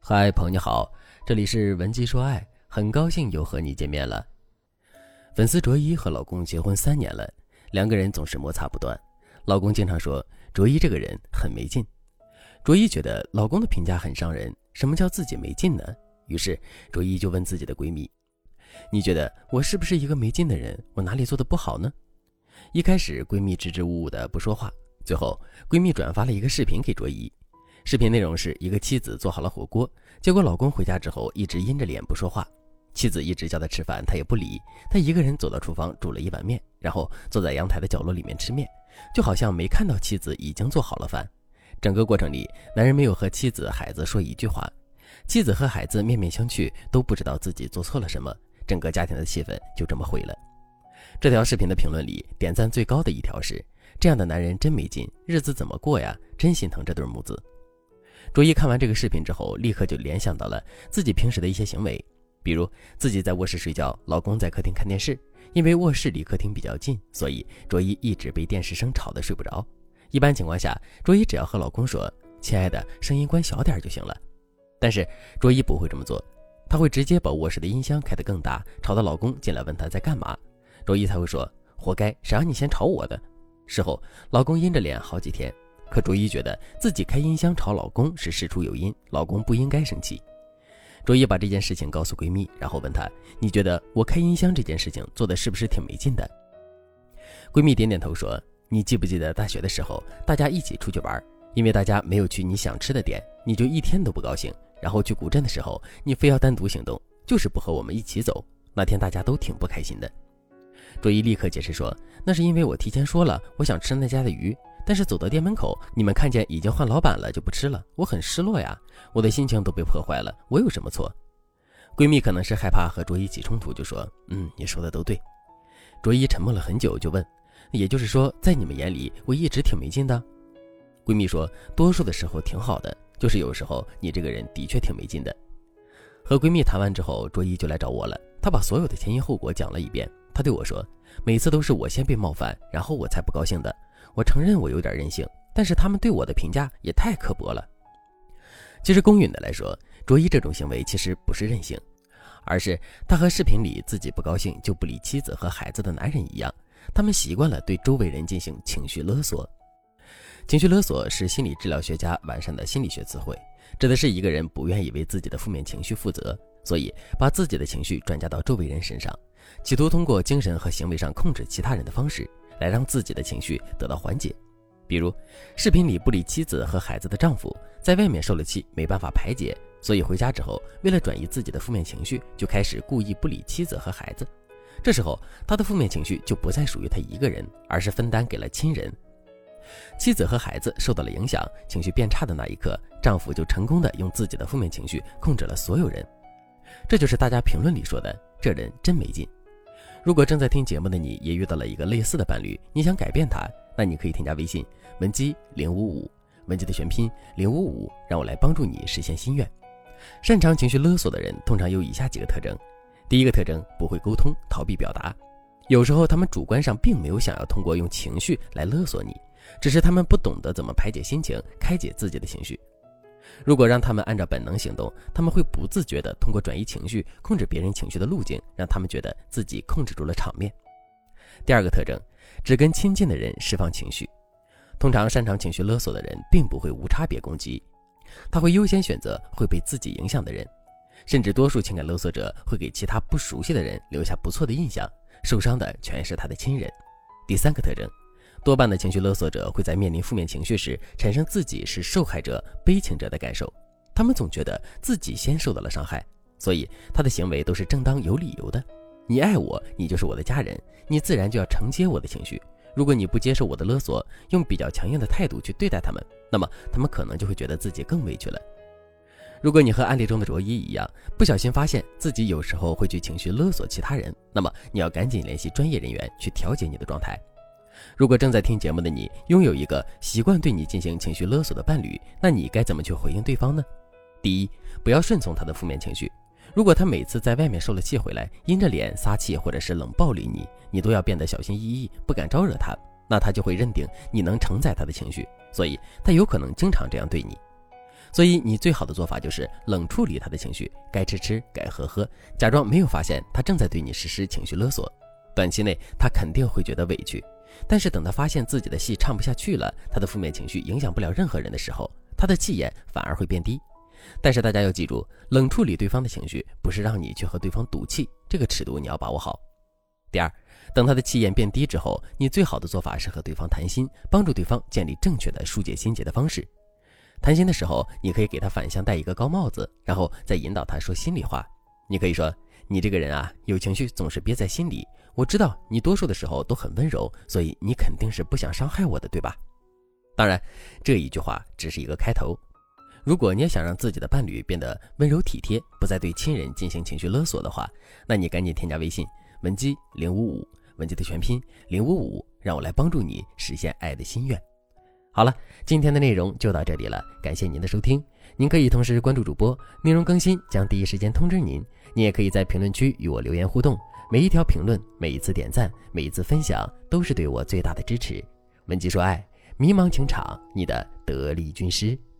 嗨，朋友你好，这里是文姬说爱，很高兴又和你见面了。粉丝卓一和老公结婚3年了，两个人总是摩擦不断。老公经常说卓一这个人很没劲。卓一觉得老公的评价很伤人，什么叫自己没劲呢？于是卓一就问自己的闺蜜，你觉得我是不是一个没劲的人？我哪里做的不好呢？一开始闺蜜支支吾吾的不说话，最后闺蜜转发了一个视频给卓一。视频内容是一个妻子做好了火锅，结果老公回家之后一直阴着脸不说话，妻子一直叫他吃饭，他也不理，他一个人走到厨房煮了一碗面，然后坐在阳台的角落里面吃面，就好像没看到妻子已经做好了饭。整个过程里，男人没有和妻子孩子说一句话，妻子和孩子面面相觑，都不知道自己做错了什么，整个家庭的气氛就这么毁了。这条视频的评论里点赞最高的一条是，这样的男人真没劲，日子怎么过呀，真心疼这对母子。卓一看完这个视频之后，立刻就联想到了自己平时的一些行为，比如自己在卧室睡觉，老公在客厅看电视，因为卧室离客厅比较近，所以卓一一直被电视声吵得睡不着。一般情况下，卓一只要和老公说，亲爱的，声音关小点就行了。但是卓一不会这么做，她会直接把卧室的音箱开得更大，吵到老公进来问她在干嘛，卓一才会说，活该，谁让你先吵我的。事后老公阴着脸好几天，可卓一觉得自己开音箱吵老公是事出有因，老公不应该生气。卓一把这件事情告诉闺蜜，然后问她，你觉得我开音箱这件事情做的是不是挺没劲的？闺蜜点点头说，你记不记得大学的时候大家一起出去玩，因为大家没有去你想吃的点，你就一天都不高兴，然后去古镇的时候你非要单独行动，就是不和我们一起走，那天大家都挺不开心的。卓一立刻解释说，那是因为我提前说了我想吃那家的鱼，但是走到店门口，你们看见已经换老板了就不吃了，我很失落呀，我的心情都被破坏了，我有什么错？闺蜜可能是害怕和卓一起冲突，就说你说的都对。卓一沉默了很久就问，也就是说在你们眼里我一直挺没劲的？闺蜜说，多数的时候挺好的，就是有时候你这个人的确挺没劲的。和闺蜜谈完之后，卓一就来找我了，她把所有的前因后果讲了一遍。她对我说，每次都是我先被冒犯，然后我才不高兴的，我承认我有点任性，但是他们对我的评价也太刻薄了。其实公允的来说，卓一这种行为其实不是任性，而是他和视频里自己不高兴就不理妻子和孩子的男人一样，他们习惯了对周围人进行情绪勒索。情绪勒索是心理治疗学家完善的心理学词汇，指的是一个人不愿意为自己的负面情绪负责，所以把自己的情绪转嫁到周围人身上，企图通过精神和行为上控制其他人的方式来让自己的情绪得到缓解。比如视频里不理妻子和孩子的丈夫在外面受了气没办法排解，所以回家之后为了转移自己的负面情绪，就开始故意不理妻子和孩子，这时候他的负面情绪就不再属于他一个人，而是分担给了亲人。妻子和孩子受到了影响，情绪变差的那一刻，丈夫就成功的用自己的负面情绪控制了所有人。这就是大家评论里说的，这人真没劲。如果正在听节目的你也遇到了一个类似的伴侣，你想改变他，那你可以添加微信文姬055，文姬的全拼055，让我来帮助你实现心愿。擅长情绪勒索的人通常有以下几个特征。第一个特征，不会沟通，逃避表达。有时候他们主观上并没有想要通过用情绪来勒索你，只是他们不懂得怎么排解心情，开解自己的情绪。如果让他们按照本能行动，他们会不自觉地通过转移情绪，控制别人情绪的路径，让他们觉得自己控制住了场面。第二个特征，只跟亲近的人释放情绪。通常擅长情绪勒索的人并不会无差别攻击，他会优先选择会被自己影响的人，甚至多数情感勒索者会给其他不熟悉的人留下不错的印象，受伤的全是他的亲人。第三个特征，多半的情绪勒索者会在面临负面情绪时产生自己是受害者、悲情者的感受，他们总觉得自己先受到了伤害，所以他的行为都是正当有理由的。你爱我，你就是我的家人，你自然就要承接我的情绪。如果你不接受我的勒索，用比较强硬的态度去对待他们，那么他们可能就会觉得自己更委屈了。如果你和案例中的卓一一样，不小心发现自己有时候会去情绪勒索其他人，那么你要赶紧联系专业人员去调节你的状态。如果正在听节目的你拥有一个习惯对你进行情绪勒索的伴侣，那你该怎么去回应对方呢？第一，不要顺从他的负面情绪。如果他每次在外面受了气回来，阴着脸撒气或者是冷暴力你都要变得小心翼翼，不敢招惹他，那他就会认定你能承载他的情绪，所以他有可能经常这样对你。 所以你最好的做法就是冷处理他的情绪，该吃吃，该喝喝，假装没有发现他正在对你实施情绪勒索。短期内他肯定会觉得委屈，但是等他发现自己的戏唱不下去了，他的负面情绪影响不了任何人的时候，他的气焰反而会变低。但是大家要记住，冷处理对方的情绪不是让你去和对方赌气，这个尺度你要把握好。第二，等他的气焰变低之后，你最好的做法是和对方谈心，帮助对方建立正确的疏解心结的方式。谈心的时候，你可以给他反向戴一个高帽子，然后再引导他说心里话。你可以说，你这个人啊，有情绪总是憋在心里，我知道你多数的时候都很温柔，所以你肯定是不想伤害我的，对吧？当然，这一句话只是一个开头。如果你也想让自己的伴侣变得温柔体贴，不再对亲人进行情绪勒索的话，那你赶紧添加微信文姬055，文姬的全拼055，让我来帮助你实现爱的心愿。好了，今天的内容就到这里了，感谢您的收听。您可以同时关注主播，内容更新将第一时间通知您。您也可以在评论区与我留言互动，每一条评论，每一次点赞，每一次分享，都是对我最大的支持。文姬说爱，迷茫情场，你的得力军师。